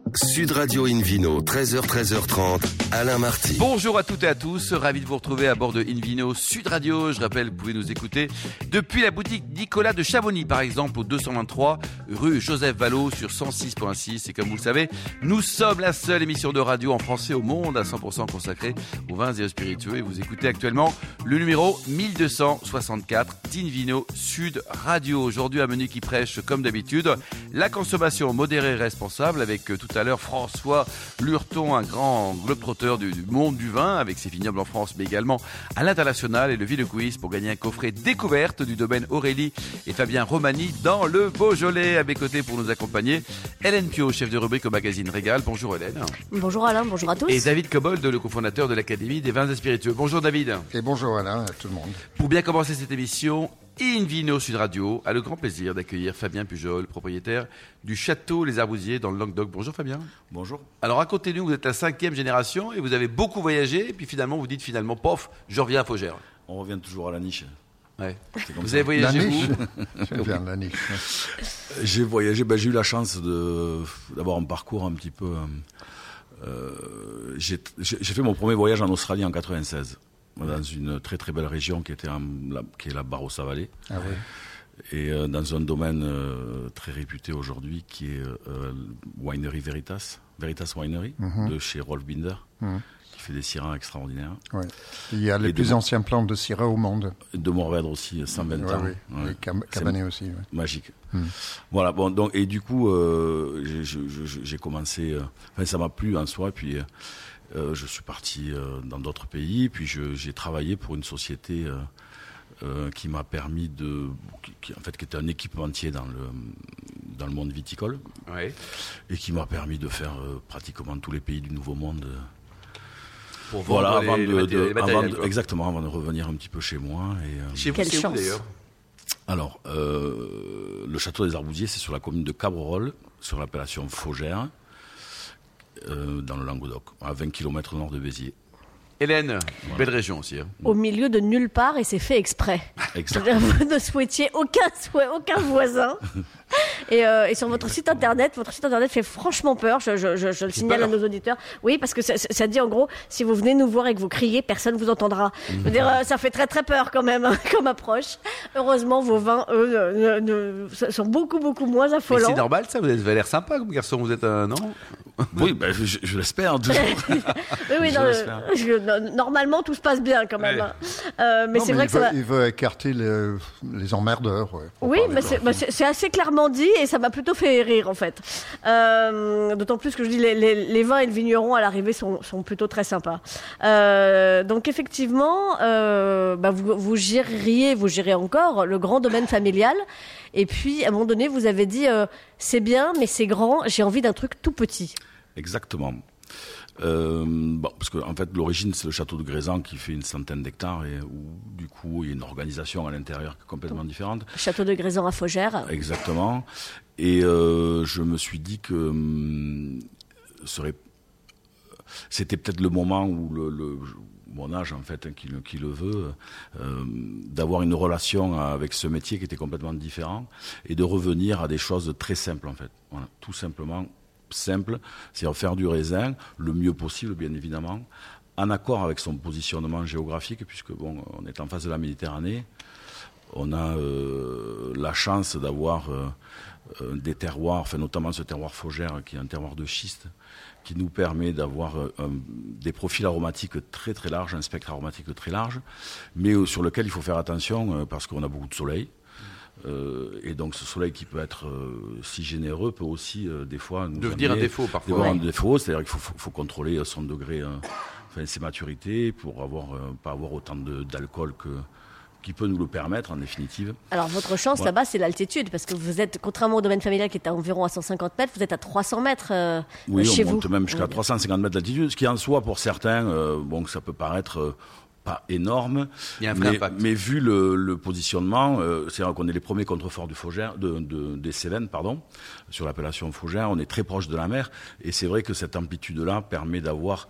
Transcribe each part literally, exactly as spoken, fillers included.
Sud Radio Invino, treize heures, treize heures trente, Alain Marty. Bonjour à toutes et à tous, ravi de vous retrouver à bord de Invino Sud Radio. Je rappelle, vous pouvez nous écouter depuis la boutique Nicolas de Chamonix, par exemple, au deux cent vingt-trois rue Joseph Vallot sur cent six virgule six. Et comme vous le savez, nous sommes la seule émission de radio en français au monde à cent pour cent consacrée aux vins et aux spiritueux. Et vous écoutez actuellement le numéro mille deux cent soixante-quatre d'Invino Sud Radio. Aujourd'hui, un menu qui prêche, comme d'habitude, la consommation modérée et responsable avec tout à l'heure François Lurton, un grand globe-trotteur du, du monde du vin avec ses vignobles en France mais également à l'international, et le Ville Quiz pour gagner un coffret découverte du domaine Aurélie et Fabien Romani dans le Beaujolais. À mes côtés pour nous accompagner, Hélène Pio, chef de rubrique au magazine Régal. Bonjour Hélène. Bonjour Alain, bonjour à tous. Et David Cobold, le cofondateur de l'Académie des vins et spiritueux. Bonjour David. Et bonjour Alain à tout le monde. Pour bien commencer cette émission, Invino Sud Radio a le grand plaisir d'accueillir Fabien Pujol, propriétaire du Château Les Arbousiers dans le Languedoc. Bonjour Fabien. Bonjour. Alors racontez-nous, vous êtes la cinquième génération et vous avez beaucoup voyagé, et puis finalement vous dites finalement, pof, je reviens à Faugères. On revient toujours à la niche. Ouais. Vous ça. avez voyagé la où? niche. Je viens de la niche. J'ai voyagé, ben, j'ai eu la chance de, d'avoir un parcours un petit peu... Euh, j'ai, j'ai fait mon premier voyage en Australie en quatre-vingt-seize. Dans une très très belle région qui était en, la, qui est la Barossa Valley, Ah oui. et euh, dans un domaine euh, très réputé aujourd'hui qui est euh, Winery Veritas, Veritas Winery, Mm-hmm. de chez Rolf Binder, Mm. qui fait des syrahs extraordinaires. Ouais. Il y a les Et plus de- anciens plants de Syrah au monde. De Mourvèdre aussi, cent vingt Ouais, ans. oui. Ouais. Et Cab- C'est Cabernet aussi. Ouais. magique. Mm. Voilà, bon, donc, et du coup, euh, j'ai, je- je- j'ai commencé, euh, enfin, ça m'a plu en soi, puis euh, je suis parti euh, dans d'autres pays, puis je, j'ai travaillé pour une société euh, euh, qui m'a permis de, qui, qui, en fait, qui était un équipementier dans le, dans le monde viticole, Ouais. et qui m'a permis de faire euh, pratiquement tous les pays du Nouveau Monde. euh, Pour vendre Voilà, les, avant les de, maté- de- les matériels, avant de- quoi. exactement, avant de revenir un petit peu chez moi. Et, euh, Chez vous, Quelle c'est où chance. d'ailleurs? Alors, euh, le château des Arbousiers, c'est sur la commune de Cabrerolle, sur l'appellation Faugères, euh, dans le Languedoc, à vingt kilomètres au nord de Béziers. Hélène, belle région aussi. Hein. Au milieu de nulle part, et c'est fait exprès. Exactement. Vous ne souhaitiez aucun souhait, aucun voisin. Et, euh, et sur votre site internet, votre site internet fait franchement peur, je, je, je, je le signale peur. à nos auditeurs. Oui, parce que ça, ça dit en gros, si vous venez nous voir et que vous criez, personne vous entendra. Je veux dire, euh, ça fait très très peur quand même, hein, comme approche. Heureusement, vos vins, eux, ne, ne- ne- sont beaucoup beaucoup moins Mais affolants. c'est normal ça, vous avez l'air sympa comme garçon, vous êtes un... Non? Oui, ben, je, je l'espère toujours. Oui, oui, Je non, l'espère. euh, je- normalement tout se passe bien quand même. Ouais. hein. Euh, mais Non, c'est mais vrai il, que ça veut, va. il veut écarter le- les emmerdeurs. Ouais, pour Oui, parler mais de c'est, leur bah, vie. c'est- c'est assez clairement dit et ça m'a plutôt fait rire en fait. Euh, d'autant plus que je dis les, les, les vins et le vigneron à l'arrivée sont, sont plutôt très sympas. Euh, donc effectivement, euh, bah, vous, vous gériez, vous gérez encore le grand domaine familial. Et puis à un moment donné, vous avez dit euh, c'est bien, mais c'est grand. J'ai envie d'un truc tout petit. Exactement. Euh, bon, parce que en fait, l'origine, c'est le château de Grézan qui fait une centaine d'hectares, et où du coup, il y a une organisation à l'intérieur complètement différente. Château de Grézan à Faugères. Exactement. Et euh, je me suis dit que hum, serait, c'était peut-être le moment où le, le mon âge en fait hein, qui, le, qui le veut, euh, d'avoir une relation avec ce métier qui était complètement différent et de revenir à des choses très simples en fait. Voilà, tout simplement simple, c'est-à-dire faire du raisin le mieux possible bien évidemment, en accord avec son positionnement géographique puisque bon, on est en face de la Méditerranée. On a euh, la chance d'avoir euh, euh, des terroirs, enfin, notamment ce terroir Faugères qui est un terroir de schiste, qui nous permet d'avoir euh, un, des profils aromatiques très très larges, un spectre aromatique très large, mais euh, sur lequel il faut faire attention euh, parce qu'on a beaucoup de soleil. Euh, et donc ce soleil qui peut être euh, si généreux peut aussi euh, des fois nous Devenir un amener- défaut parfois. devenir un Ouais. défaut, c'est-à-dire qu'il faut, faut, faut contrôler son degré, euh, enfin ses maturités pour avoir euh, pas avoir autant de, d'alcool que qui peut nous le permettre en définitive. Alors votre chance Ouais. là-bas, c'est l'altitude, parce que vous êtes, contrairement au domaine familial qui est à environ à cent cinquante mètres, vous êtes à trois cents mètres euh, Oui, chez on vous. monte même jusqu'à Ouais. trois cent cinquante mètres d'altitude, ce qui en soi pour certains, euh, bon, ça peut paraître euh, pas énorme, Il y a un vrai mais, impact. mais vu le, le positionnement, euh, c'est-à-dire qu'on est les premiers contreforts du Faugères, de, de, des Cévennes, pardon, sur l'appellation Faugères, on est très proche de la mer, et c'est vrai que cette amplitude-là permet d'avoir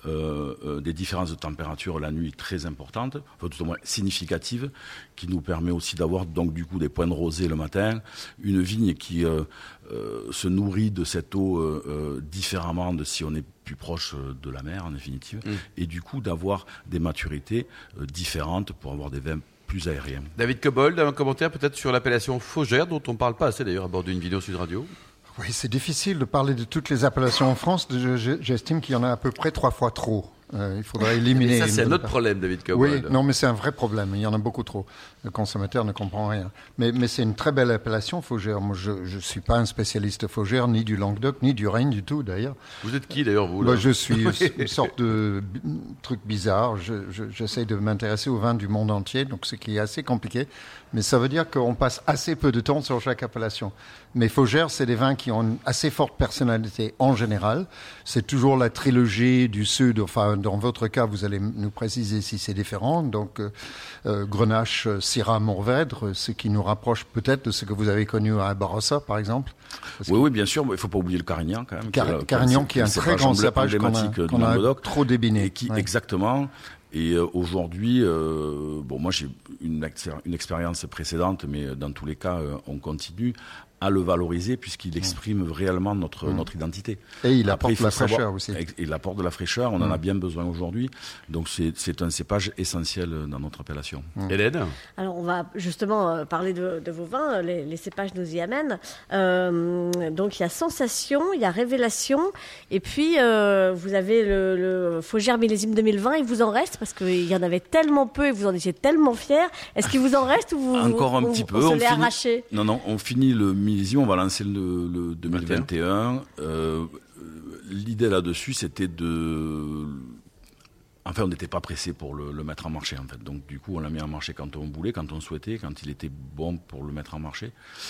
euh, euh, des différences de température la nuit très importantes, enfin, tout au moins significatives, qui nous permet aussi d'avoir donc du coup des points de rosée le matin, une vigne qui euh, euh, se nourrit de cette eau euh, euh, différemment de si on est plus proche de la mer en définitive, mmh. et du coup d'avoir des maturités euh, différentes pour avoir des vins plus aériens. David Cobold, un commentaire peut-être sur l'appellation Faugère, dont on ne parle pas assez d'ailleurs à bord d'une vidéo Sud Radio. Oui, c'est difficile de parler de toutes les appellations en France. Je- J'estime qu'il y en a à peu près trois fois trop. Euh, il faudrait éliminer. Et ça, c'est une- un autre problème, David Cobold. Oui, non, mais c'est un vrai problème. Il y en a beaucoup trop. Le consommateur ne comprend rien. Mais, mais c'est une très belle appellation, Faugère. Moi, je ne suis pas un spécialiste Faugère, ni du Languedoc, ni du Rhin du tout, d'ailleurs. Vous êtes qui d'ailleurs, vous là Bah, je suis une sorte de b- truc bizarre. Je, je, j'essaie de m'intéresser aux vins du monde entier, donc ce qui est assez compliqué. Mais ça veut dire qu'on passe assez peu de temps sur chaque appellation. Mais Faugère, c'est des vins qui ont une assez forte personnalité en général. C'est toujours la trilogie du Sud. Enfin, dans votre cas, vous allez nous préciser si c'est différent. Donc, euh, euh, Grenache, Syrah, Mourvèdre, ce qui nous rapproche peut-être de ce que vous avez connu à Barossa, par exemple. Parce Oui, que oui, bien sûr, mais il ne faut pas oublier le Carignan quand même. Car- qui est- Carignan, qui est un c'est très pas grand emblé- cépage qu'on a, emblématique du qu'on a Languedoc. trop débiné. Et qui, Ouais. exactement. Et euh, aujourd'hui, euh, bon, moi j'ai une, ex- une expérience précédente, mais dans tous les cas, euh, on continue à le valoriser puisqu'il exprime réellement notre, Mmh. notre identité. Et il Après, apporte faut la savoir- fraîcheur aussi. Et il apporte de la fraîcheur, on en a bien besoin aujourd'hui. Donc c'est c'est un cépage essentiel dans notre appellation. Hélène. Alors, on va justement euh, parler de, de vos vins. Les, les cépages nous y amènent. Euh, donc, il y a Sensation, il y a Révélation. Et puis, euh, vous avez le, le Faugère millésime deux mille vingt. Il vous en reste parce qu'il y en avait tellement peu et vous en étiez tellement fiers. Est-ce qu'il vous en reste ou vous, Encore un ou- petit on peu. se on l'est finit- arraché? Non, non, on finit le millésime, on va lancer le, le deux mille vingt et un. Euh, L'idée là-dessus, c'était de... Enfin, on n'était pas pressé pour le, le mettre en marché, en fait. Donc, du coup, on l'a mis en marché quand on voulait, quand on souhaitait, quand il était bon pour le mettre en marché.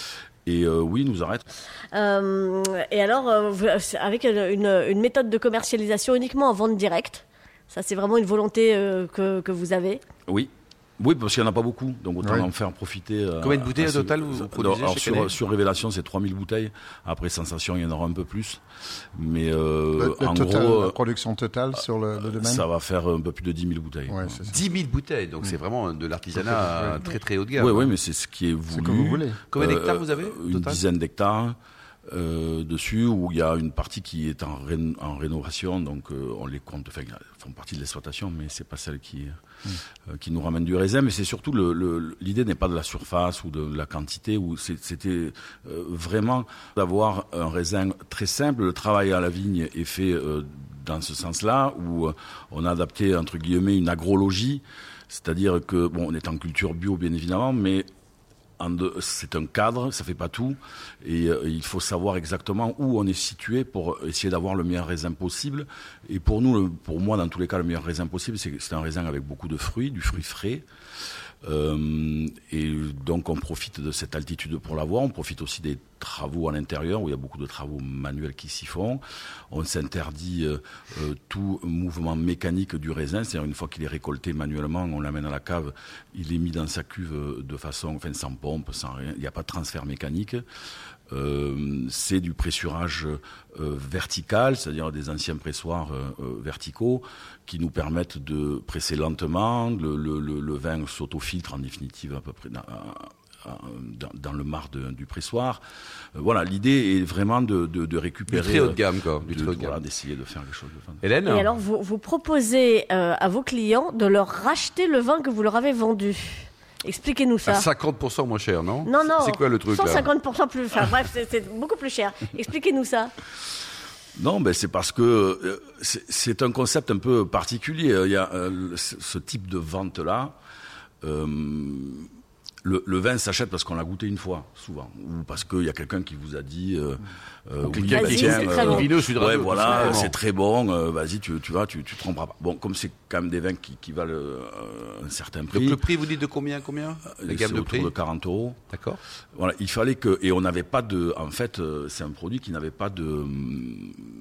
Et euh, oui, il nous arrête. Euh, et alors, euh, vous- c'est avec une, une- une méthode de commercialisation uniquement en vente directe. Ça, c'est vraiment une volonté euh, que, que vous avez. Oui. Oui, parce qu'il n'y en a pas beaucoup, donc autant Oui. en faire profiter. euh, Combien de bouteilles à au ce- total vous alors, produisez chaque sur, année sur Révélation, c'est trois mille bouteilles. Après Sensation, il y en aura un peu plus. Mais euh, Le- le en total, gros, la euh, production totale sur le, le domaine. ça va faire un peu plus de dix mille bouteilles. Ouais, c'est ça. dix mille bouteilles, donc c'est vraiment de l'artisanat à très très haut de gamme. Oui, oui, mais c'est ce qui est voulu. Ce que vous voulez. Combien d'hectares vous avez, Une total dizaine d'hectares euh, dessus, où il y a une partie qui est en, ré- en rénovation, donc euh, on les compte, enfin, elles font partie de l'exploitation, mais c'est pas celle qui, Mm. euh, qui nous ramène du raisin. Mais c'est surtout le, le- l'idée n'est pas de la surface ou de la quantité, ou c'est- c'était euh, vraiment d'avoir un raisin très simple. Le travail à la vigne est fait euh, dans ce sens-là, où euh, on a adapté entre guillemets une agrologie, c'est-à-dire que bon, on est en culture bio bien évidemment, mais en de- c'est un cadre, ça fait pas tout, et euh, il faut savoir exactement où on est situé pour essayer d'avoir le meilleur raisin possible. Et pour nous, le- pour moi, dans tous les cas, le meilleur raisin possible, c'est c'est un raisin avec beaucoup de fruits, du fruit frais. Euh, et donc on profite de cette altitude pour l'avoir, on profite aussi des travaux à l'intérieur où il y a beaucoup de travaux manuels qui s'y font. On s'interdit euh, euh, tout mouvement mécanique du raisin, c'est-à-dire une fois qu'il est récolté manuellement, on l'amène à la cave, il est mis dans sa cuve de façon, enfin sans pompe, sans rien, il n'y a pas de transfert mécanique. Euh, c'est du pressurage euh, vertical, c'est-à-dire des anciens pressoirs euh, euh, verticaux qui nous permettent de presser lentement. Le, le, le, le vin s'autofiltre en définitive à peu près dans, dans, dans le marc de, du pressoir. Euh, voilà, l'idée est vraiment de, de, de Du récupérer... très haut de gamme, quoi. Du de- très haut de voilà, gamme. d'essayer de faire quelque chose de fun. Hélène. Et alors, vous, vous proposez euh, à vos clients de leur racheter le vin que vous leur avez vendu. Expliquez-nous ça. À cinquante pour cent moins cher, non Non, non. C'est quoi le truc cent là cinquante pour cent plus. Enfin, bref, c'est- c'est beaucoup plus cher. Expliquez-nous ça. Non, ben c'est parce que euh, c'est c'est un concept un peu particulier. Il y a euh, ce ce type de vente-là. Euh, le, le vin s'achète parce qu'on l'a goûté une fois, souvent, ou parce qu'il y a quelqu'un qui vous a dit, euh, euh, oui, quelqu'un bah, qui tiens, dit, c'est très euh, bon. Vino Sud ouais, Radio, voilà, tout simplement. c'est très bon. euh, vas-y, tu, tu vas, tu, tu te tromperas pas. Bon, comme c'est quand même des vins qui, qui valent euh, un certain prix, Donc le prix, vous dites de combien, combien La c'est gamme de autour prix de quarante euros. D'accord. Voilà, il fallait que, et on n'avait pas de, en fait, euh, c'est un produit qui n'avait pas de, hum,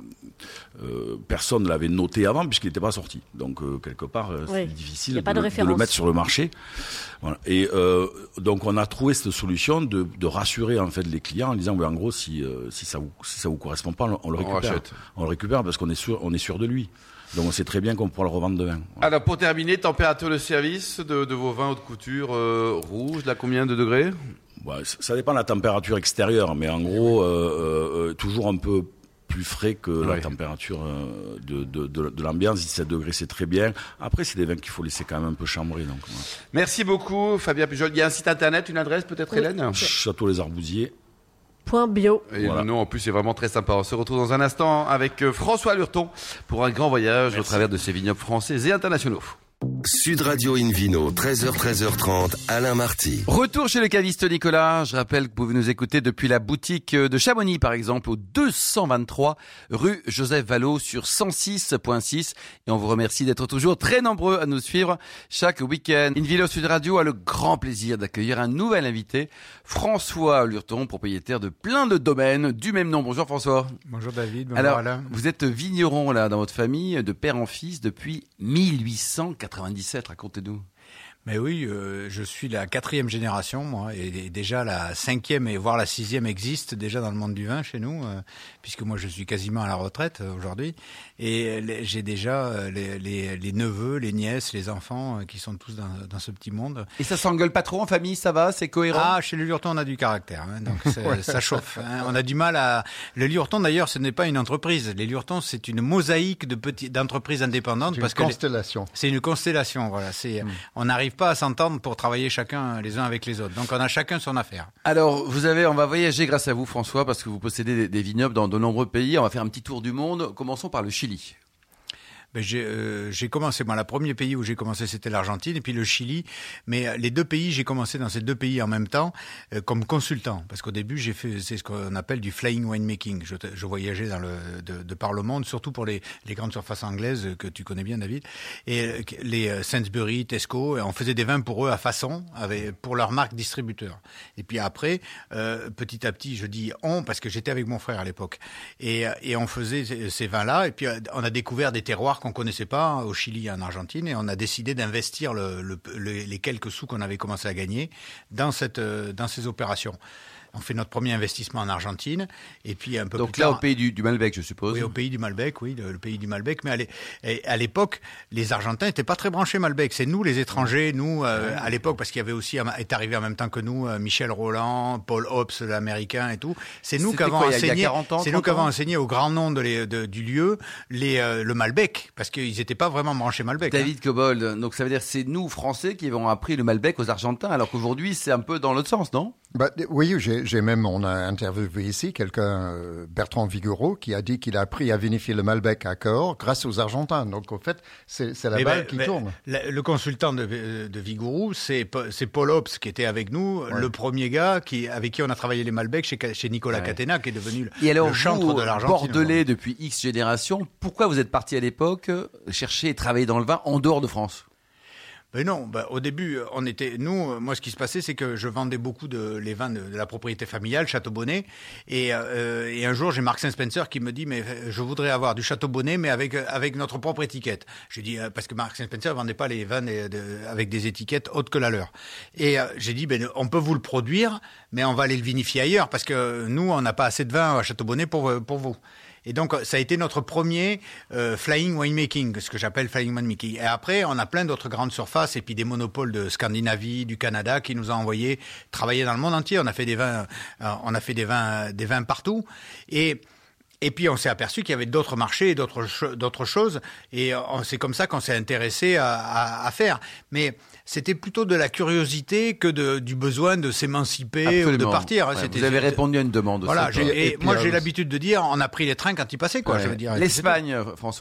euh, personne ne l'avait noté avant puisqu'il n'était pas sorti. Donc euh, quelque part, euh, Oui. c'est difficile Y a pas de, de le- de le mettre sur le marché. Voilà. Et euh, donc on a trouvé cette solution de, de rassurer en fait les clients en disant, oui, en gros, si euh, si ça vous si ça vous correspond pas, on le On récupère. rachète. On le récupère parce qu'on est sûr on est sûr de lui. Donc on sait très bien qu'on pourra le revendre demain. Voilà. Alors pour terminer, température de service de, de vos vins haute couture euh, rouges, là combien de degrés? Ouais, ça ça dépend de la température extérieure, mais en gros, euh, euh, toujours un peu plus frais que Ouais. la température euh, de, de, de, de l'ambiance. dix-sept degrés, c'est très bien. Après, c'est des vins qu'il faut laisser quand même un peu chambrer. Donc, voilà. Merci beaucoup Fabien Pujol. Il y a un site internet, une adresse peut-être, Oui. Hélène? Château les Arbousiers. Point bio. Et Voilà. le nom en plus est vraiment très sympa. On se retrouve dans un instant avec euh, François Lurton pour un grand voyage au travers de ces vignobles français et internationaux. Sud Radio Invino, treize heures, treize heures trente, Alain Marty. Retour chez le caviste Nicolas. Je rappelle que vous pouvez nous écouter depuis la boutique de Chamonix, par exemple, au deux cent vingt-trois rue Joseph Vallot sur cent six point six. Et on vous remercie d'être toujours très nombreux à nous suivre chaque week-end. Invino Sud Radio a le grand plaisir d'accueillir un nouvel invité, François Lurton, propriétaire de plein de domaines du même nom. Bonjour François. Bonjour David, bonjour Alors, Alain. vous êtes vigneron là dans votre famille, de père en fils depuis mille huit cent quatre-vingt-dix-sept. Racontez-nous. Mais oui, euh, je suis la quatrième génération, moi, et, et déjà la cinquième et voire la sixième existe déjà dans le monde du vin chez nous, euh, puisque moi je suis quasiment à la retraite euh, aujourd'hui, et les- j'ai déjà euh, les, les, les neveux, les nièces, les enfants euh, qui sont tous dans, dans ce petit monde. Et ça s'engueule pas trop en famille, ça va, c'est cohérent? Ah, chez le Lurton, on a du caractère, hein, donc c'est- ça chauffe. Hein. On a du mal à. Le Lurton, d'ailleurs, ce n'est pas une entreprise. Les Lurtons, c'est une mosaïque de petits d'entreprises indépendantes C'est une parce que les- constellation. c'est une constellation. Voilà, c'est. On n'arrive pas à s'entendre pour travailler chacun les uns avec les autres. Donc on a chacun son affaire. Alors, vous avez, on va voyager grâce à vous, François, parce que vous possédez des, des vignobles dans de nombreux pays. On va faire un petit tour du monde. Commençons par le Chili. Ben, j'ai, euh, j'ai commencé, moi, le premier pays où j'ai commencé, c'était l'Argentine, et puis le Chili. Mais euh, les deux pays, j'ai commencé dans ces deux pays en même temps, euh, comme consultant. Parce qu'au début, j'ai fait, c'est ce qu'on appelle du flying winemaking. Je, je voyageais dans le, de, de par le monde, surtout pour les, les grandes surfaces anglaises que tu connais bien, David. Et euh, les euh, Sainsbury, Tesco, et on faisait des vins pour eux à façon, avec, pour leur marque distributeur. Et puis après, euh, petit à petit, je dis on, parce que j'étais avec mon frère à l'époque. Et, et on faisait ces, ces vins-là, et puis euh, on a découvert des terroirs qu'on connaissait pas hein, au Chili et en Argentine, et on a décidé d'investir le, le, le, les quelques sous qu'on avait commencé à gagner dans cette euh, dans ces opérations. On fait notre premier investissement en Argentine, et puis un peu Donc plus là, tard, au pays du, du Malbec, je suppose. oui, au pays du Malbec, oui, le, le pays du Malbec. Mais à l'é- et à l'époque, les Argentins n'étaient pas très branchés Malbec. C'est nous, les étrangers, nous, euh, à l'époque, parce qu'il y avait aussi, est arrivé en même temps que nous, euh, Michel Roland, Paul Hobbs, l'américain et tout. C'est nous C'était qui avons quoi, il y a- il y a enseigné, quarante ans, c'est nous trente qui avons ans enseigné au grand nom de les, de, du lieu, les, euh, le Malbec, parce qu'ils n'étaient pas vraiment branchés Malbec. hein. David Cobold. Donc ça veut dire que c'est nous, Français, qui avons appris le Malbec aux Argentins, alors qu'aujourd'hui, c'est un peu dans l'autre sens, non? Bah, oui, j'ai j'ai même, on a interviewé ici quelqu'un, euh, Bertrand Vigoureau, qui a dit qu'il a appris à vinifier le Malbec à Cahors grâce aux Argentins. Donc, au fait, c'est c'est la Mais balle ben, qui ben, tourne. Le, le consultant de, de Vigouroux, c'est Pa- c'est Paul Hobbs qui était avec nous, le premier gars qui, avec qui on a travaillé les Malbecs chez, chez Nicolas Ouais. Catena, qui est devenu le, Et alors, le chantre vous, de l'Argentine. Bordelais depuis X générations, pourquoi vous êtes parti à l'époque euh, chercher et travailler dans le vin en dehors de France? Ben non, ben au début, on était, nous, moi, ce qui se passait, c'est que je vendais beaucoup de les vins de, de la propriété familiale, Château-Bonnet, et, euh, et un jour, j'ai Mark Saint Spencer qui me dit, mais je voudrais avoir du Château-Bonnet, mais avec avec notre propre étiquette. J'ai dit, euh, parce que Mark Saint Spencer vendait pas les vins de, de, avec des étiquettes autres que la leur. Et euh, j'ai dit, ben on peut vous le produire, mais on va aller le vinifier ailleurs, parce que nous, on n'a pas assez de vin à Château-Bonnet pour pour vous. Et donc, ça a été notre premier euh, flying winemaking, ce que j'appelle flying winemaking. Et après, on a plein d'autres grandes surfaces et puis des monopoles de Scandinavie, du Canada, qui nous ont envoyé travailler dans le monde entier. On a fait des vins, euh, on a fait des vins, des vins partout. Et Et puis on s'est aperçu qu'il y avait d'autres marchés et d'autres cho- d'autres choses, et on- c'est comme ça qu'on s'est intéressé à, à, à faire. Mais c'était plutôt de la curiosité que de, du besoin de s'émanciper ou de partir. Ouais, C'était- vous avez répondu à une demande. Voilà. aussi. j'ai- Et et puis, moi, euh, j'ai l'habitude de dire, on a pris les trains quand ils passaient, quoi. Ouais. Je veux dire. L'Espagne, François.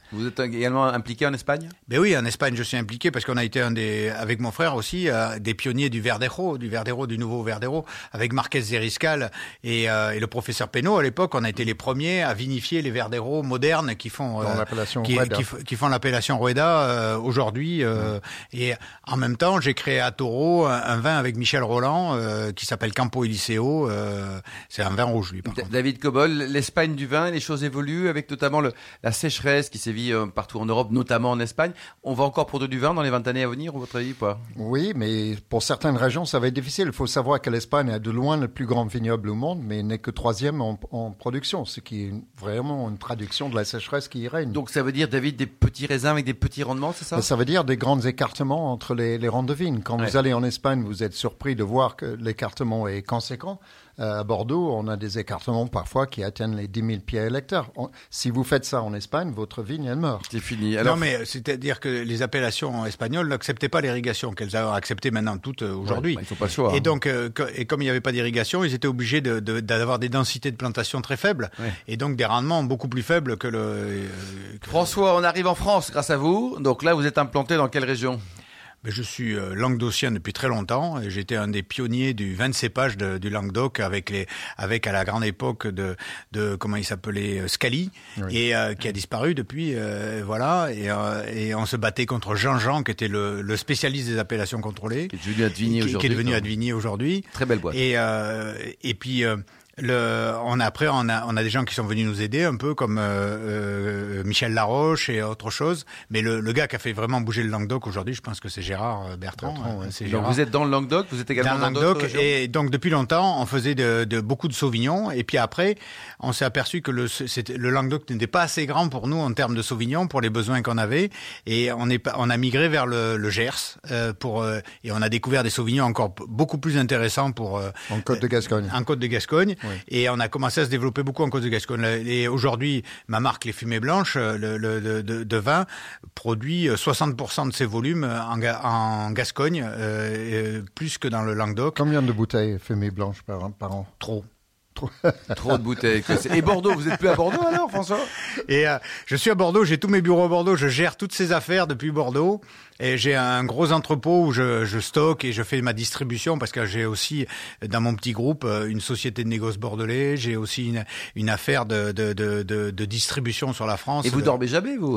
Vous êtes également impliqué en Espagne ? Ben oui, en Espagne, je suis impliqué parce qu'on a été un des, avec mon frère aussi, euh, des pionniers du Verdero, du Verdero, du nouveau Verdero, avec Marquez Zeriscal et, euh, et le professeur Penaud. À l'époque, on a été les premiers à vinifier les Verderos modernes qui font, euh, l'appellation qui, Rueda. qui, qui font l'appellation Rueda euh, aujourd'hui. Euh, mmh. Et en même temps, j'ai créé à Taureau un, un vin avec Michel Roland euh, qui s'appelle Campo Eliseo. Euh, c'est un vin rouge, lui. Par D- contre. David Cobol, l'Espagne du vin, les choses évoluent avec notamment le, la sécheresse qui sévit euh, partout en Europe, notamment en Espagne. On va encore produire du vin dans les vingt années à venir, à votre avis, pas ? Oui, mais pour certaines régions, ça va être difficile. Il faut savoir que l'Espagne a de loin le plus grand vignoble au monde, mais n'est que troisième en, en production, ce qui est vraiment une traduction de la sécheresse qui y règne. Donc ça veut dire, David, des petits raisins avec des petits rendements, c'est ça ? Ça veut dire des grands écartements entre les, les rangs de vignes. Quand Ouais. vous allez en Espagne, vous êtes surpris de voir que l'écartement est conséquent. Euh, à Bordeaux, on a des écartements parfois qui atteignent les dix mille pieds à l'hectare. On- si vous faites ça en Espagne, votre vigne, elle meurt. C'est fini. Alors, Non, mais c'est-à-dire que les appellations espagnoles n'acceptaient pas l'irrigation, qu'elles ont accepté maintenant toutes euh, aujourd'hui. bah, ils font pas le choix. Et hein. donc, euh, que- et comme il n'y avait pas d'irrigation, ils étaient obligés de, de, d'avoir des densités de plantation très faibles, Ouais. et donc des rendements beaucoup plus faibles que le. euh, que- François, on arrive en France grâce à vous. Donc là, vous êtes implanté dans quelle région ? Mais je suis euh, languedocien depuis très longtemps et j'étais un des pionniers du vin de cépage de, du Languedoc avec les avec à la grande époque de de comment il s'appelait euh, Scali Oui. et euh, qui a disparu depuis euh, voilà et euh, et on se battait contre Jean-Jean qui était le, le spécialiste des appellations contrôlées Qui est devenu Advigny qui, qui aujourd'hui. est devenu ça. Advigny aujourd'hui Très belle boîte. et euh, et puis euh, le, on a après on a on a des gens qui sont venus nous aider un peu comme euh, euh, Michel Laroche et autre chose, mais le, le gars qui a fait vraiment bouger le Languedoc aujourd'hui, je pense que c'est Gérard euh, Bertrand. Bertrand, hein, ouais. c'est Donc Gérard. vous êtes dans le Languedoc, vous êtes également Dans dans, le d'autres Languedoc régions ? et donc depuis longtemps on faisait de, de beaucoup de Sauvignon et puis après on s'est aperçu que le c'était, le Languedoc n'était pas assez grand pour nous en termes de Sauvignon pour les besoins qu'on avait et on est on a migré vers le, le Gers euh, pour euh, et on a découvert des Sauvignons encore p- beaucoup plus intéressants pour euh, En Côte de Gascogne. en Côte de Gascogne Oui. et on a commencé à se développer beaucoup en Côte de Gascogne. Et aujourd'hui, ma marque Les Fumées Blanches, le, le, de, de, de vin, produit soixante pour cent de ses volumes en, Ga- en Gascogne, euh, euh, plus que dans le Languedoc. Combien de bouteilles fumées blanches par, par an? Trop. Trop de bouteilles. quoi. C'est- Et Bordeaux, vous êtes plus à Bordeaux alors, François ? Et euh, je suis à Bordeaux, j'ai tous mes bureaux à Bordeaux, je gère toutes ces affaires depuis Bordeaux. Et j'ai un gros entrepôt où je, je stocke et je fais ma distribution parce que j'ai aussi dans mon petit groupe une société de négoce bordelais. J'ai aussi une, une affaire de, de, de, de, de distribution sur la France. Et vous dormez jamais, vous ?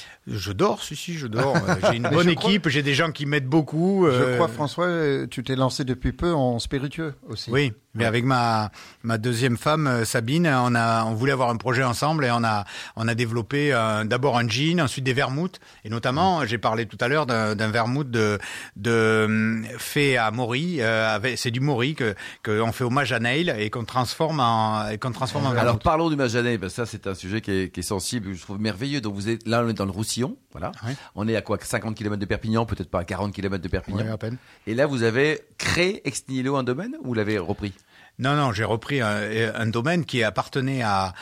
Je dors, si, si, je dors. Euh, J'ai une Mais bonne je crois- équipe, j'ai des gens qui m'aident beaucoup. Je euh, crois, François, euh, tu t'es lancé depuis peu en spiritueux aussi. Oui, mais avec ma ma deuxième femme euh, Sabine, on a on voulait avoir un projet ensemble et on a on a développé euh, d'abord un gin, ensuite des vermouths et notamment j'ai parlé tout à l'heure d'un, d'un vermouth de de hum, fait à Maury, euh, avec c'est du Maury que que on fait hommage à Neil et qu'on transforme en et qu'on transforme en Alors vermouth. parlons du Majanet, parce que ça c'est un sujet qui est, qui est sensible, je trouve merveilleux. Donc vous êtes là, on est dans le Roussillon, voilà. Oui. On est à quoi, cinquante kilomètres de Perpignan, peut-être pas à quarante kilomètres de Perpignan. Ouais, à peine. Et là vous avez créé ex nihilo un domaine ou vous l'avez repris ? Non, non, j'ai repris un, un domaine qui appartenait à,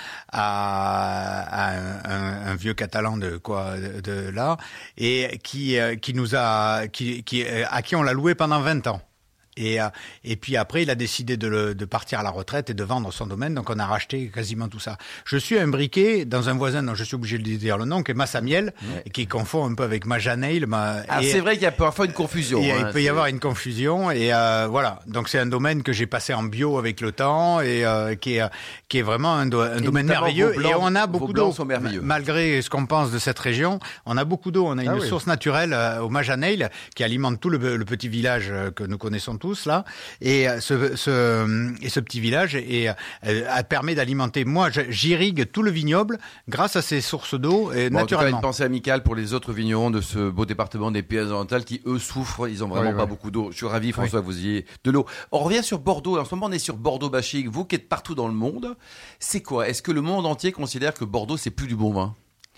à, à un, un, un vieux catalan de quoi de, de là et qui qui nous a qui, qui à qui on l'a loué pendant vingt ans. Et, et puis après, il a décidé de, le, de partir à la retraite et de vendre son domaine. Donc, on a racheté quasiment tout ça. Je suis imbriqué dans un voisin dont je suis obligé de dire le nom, qui est Massamiel, ouais. et qui confond un peu avec Majaneil. Ma... Ah, c'est vrai qu'il y a parfois une confusion. Et, hein, il peut c'est... y avoir une confusion. Et euh, voilà. Donc, c'est un domaine que j'ai passé en bio avec le temps et euh, qui, est, qui est vraiment un, do- un domaine merveilleux. Blancs, et on a beaucoup d'eau. Sont merveilleux. Malgré ce qu'on pense de cette région, on a beaucoup d'eau. On a une ah, oui. source naturelle euh, au Majaneil qui alimente tout le, le petit village euh, que nous connaissons tous là. Et ce, ce, et ce petit village et, euh, permet d'alimenter. Moi, j'irrigue tout le vignoble grâce à ces sources d'eau et bon, naturellement. En tout cas, une pensée amicale pour les autres vignerons de ce beau département des Pyrénées-Orientales qui, eux, souffrent. Ils ont vraiment oui, pas oui. beaucoup d'eau. Je suis ravi, François, oui. que vous ayez de l'eau. On revient sur Bordeaux. En ce moment, on est sur Bordeaux-Bashing. Vous qui êtes partout dans le monde, c'est quoi ? Est-ce que le monde entier considère que Bordeaux, c'est plus du bon vin ?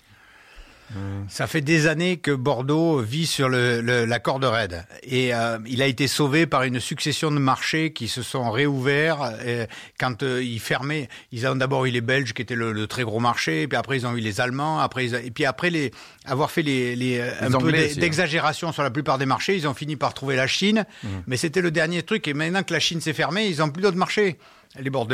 Ça fait des années que Bordeaux vit sur le, le, la corde raide et euh, il a été sauvé par une succession de marchés qui se sont réouverts. Et quand euh, ils fermaient, ils ont d'abord eu les Belges qui étaient le, le très gros marché, puis après ils ont eu les Allemands, après ils, et puis après les avoir fait les, les, les un peu d'e, d'exagération sur la plupart des marchés, ils ont fini par trouver la Chine. Mmh. Mais c'était le dernier truc et maintenant que la Chine s'est fermée, ils ont plus d'autres marchés. Les Bordelais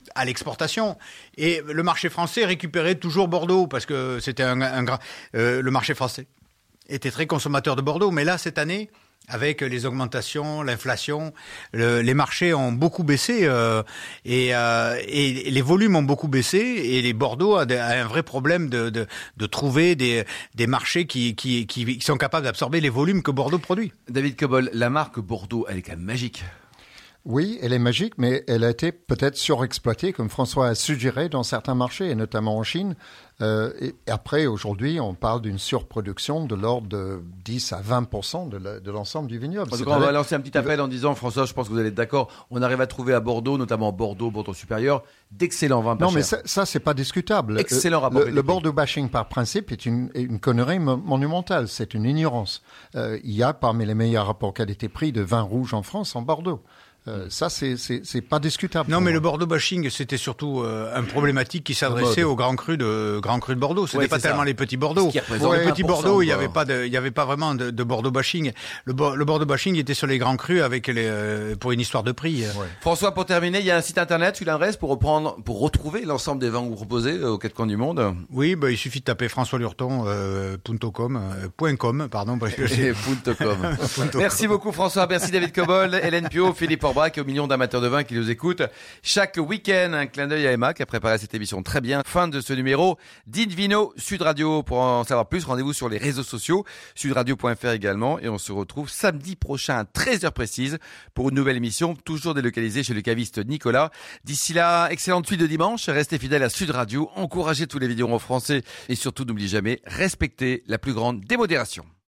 à l'exportation. Et le marché français récupérait toujours Bordeaux parce que c'était un, un grand. Euh, le marché français était très consommateur de Bordeaux. Mais là, cette année, avec les augmentations, l'inflation, le, les marchés ont beaucoup baissé euh, et, euh, et les volumes ont beaucoup baissé. Et les Bordeaux a, de, a un vrai problème de, de, de trouver des, des marchés qui, qui, qui, qui sont capables d'absorber les volumes que Bordeaux produit. David Cobol, la marque Bordeaux, elle est quand même magique. Oui, elle est magique, mais elle a été peut-être surexploitée, comme François a suggéré, dans certains marchés, et notamment en Chine. Euh, et après, aujourd'hui, on parle d'une surproduction de l'ordre de dix à vingt pour cent de, la, de l'ensemble du vignoble. En tout cas, on va lancer un petit appel en disant, François, je pense que vous allez être d'accord, on arrive à trouver à Bordeaux, notamment Bordeaux, Bordeaux supérieur, d'excellents vins pas Non, chers. mais ça, ça, c'est pas discutable. Excellent rapport. Le, le Bordeaux bashing, par principe, est une, une connerie monumentale. C'est une ignorance. Euh, il y a parmi les meilleurs rapports qualité-prix de vins rouges en France en Bordeaux. Euh, ça, c'est, c'est, c'est pas discutable. Non, mais moi. le Bordeaux bashing, c'était surtout euh, un problématique qui s'adressait aux grands crus de grands crus de Bordeaux. C'était ouais, pas tellement ça. les petits Bordeaux. Pour ouais, les petits Bordeaux, il y quoi. avait pas de, il y avait pas vraiment de, de Bordeaux bashing. Le, bo- le Bordeaux bashing était sur les grands crus avec les, euh, pour une histoire de prix. Ouais. François, pour terminer, il y a un site internet, tu l'adresses pour reprendre, pour retrouver l'ensemble des vins que vous proposez euh, aux quatre coins du monde. Oui, bah, il suffit de taper François Lurton, euh, .com, euh, point .com, pardon. Parce que Et .com. Merci beaucoup François, merci David Cobol, Hélène Pio, Philippe Orbach et aux millions d'amateurs de vin qui nous écoutent. Chaque week-end, un clin d'œil à Emma qui a préparé cette émission très bien. Fin de ce numéro d'Invino Sud Radio. Pour en savoir plus, rendez-vous sur les réseaux sociaux, sudradio point f r également. Et on se retrouve samedi prochain à treize heures précise pour une nouvelle émission, toujours délocalisée chez le caviste Nicolas. D'ici là, excellente suite de dimanche. Restez fidèles à Sud Radio. Encouragez tous les vidéos en français et surtout, n'oubliez jamais, respectez la plus grande démodération.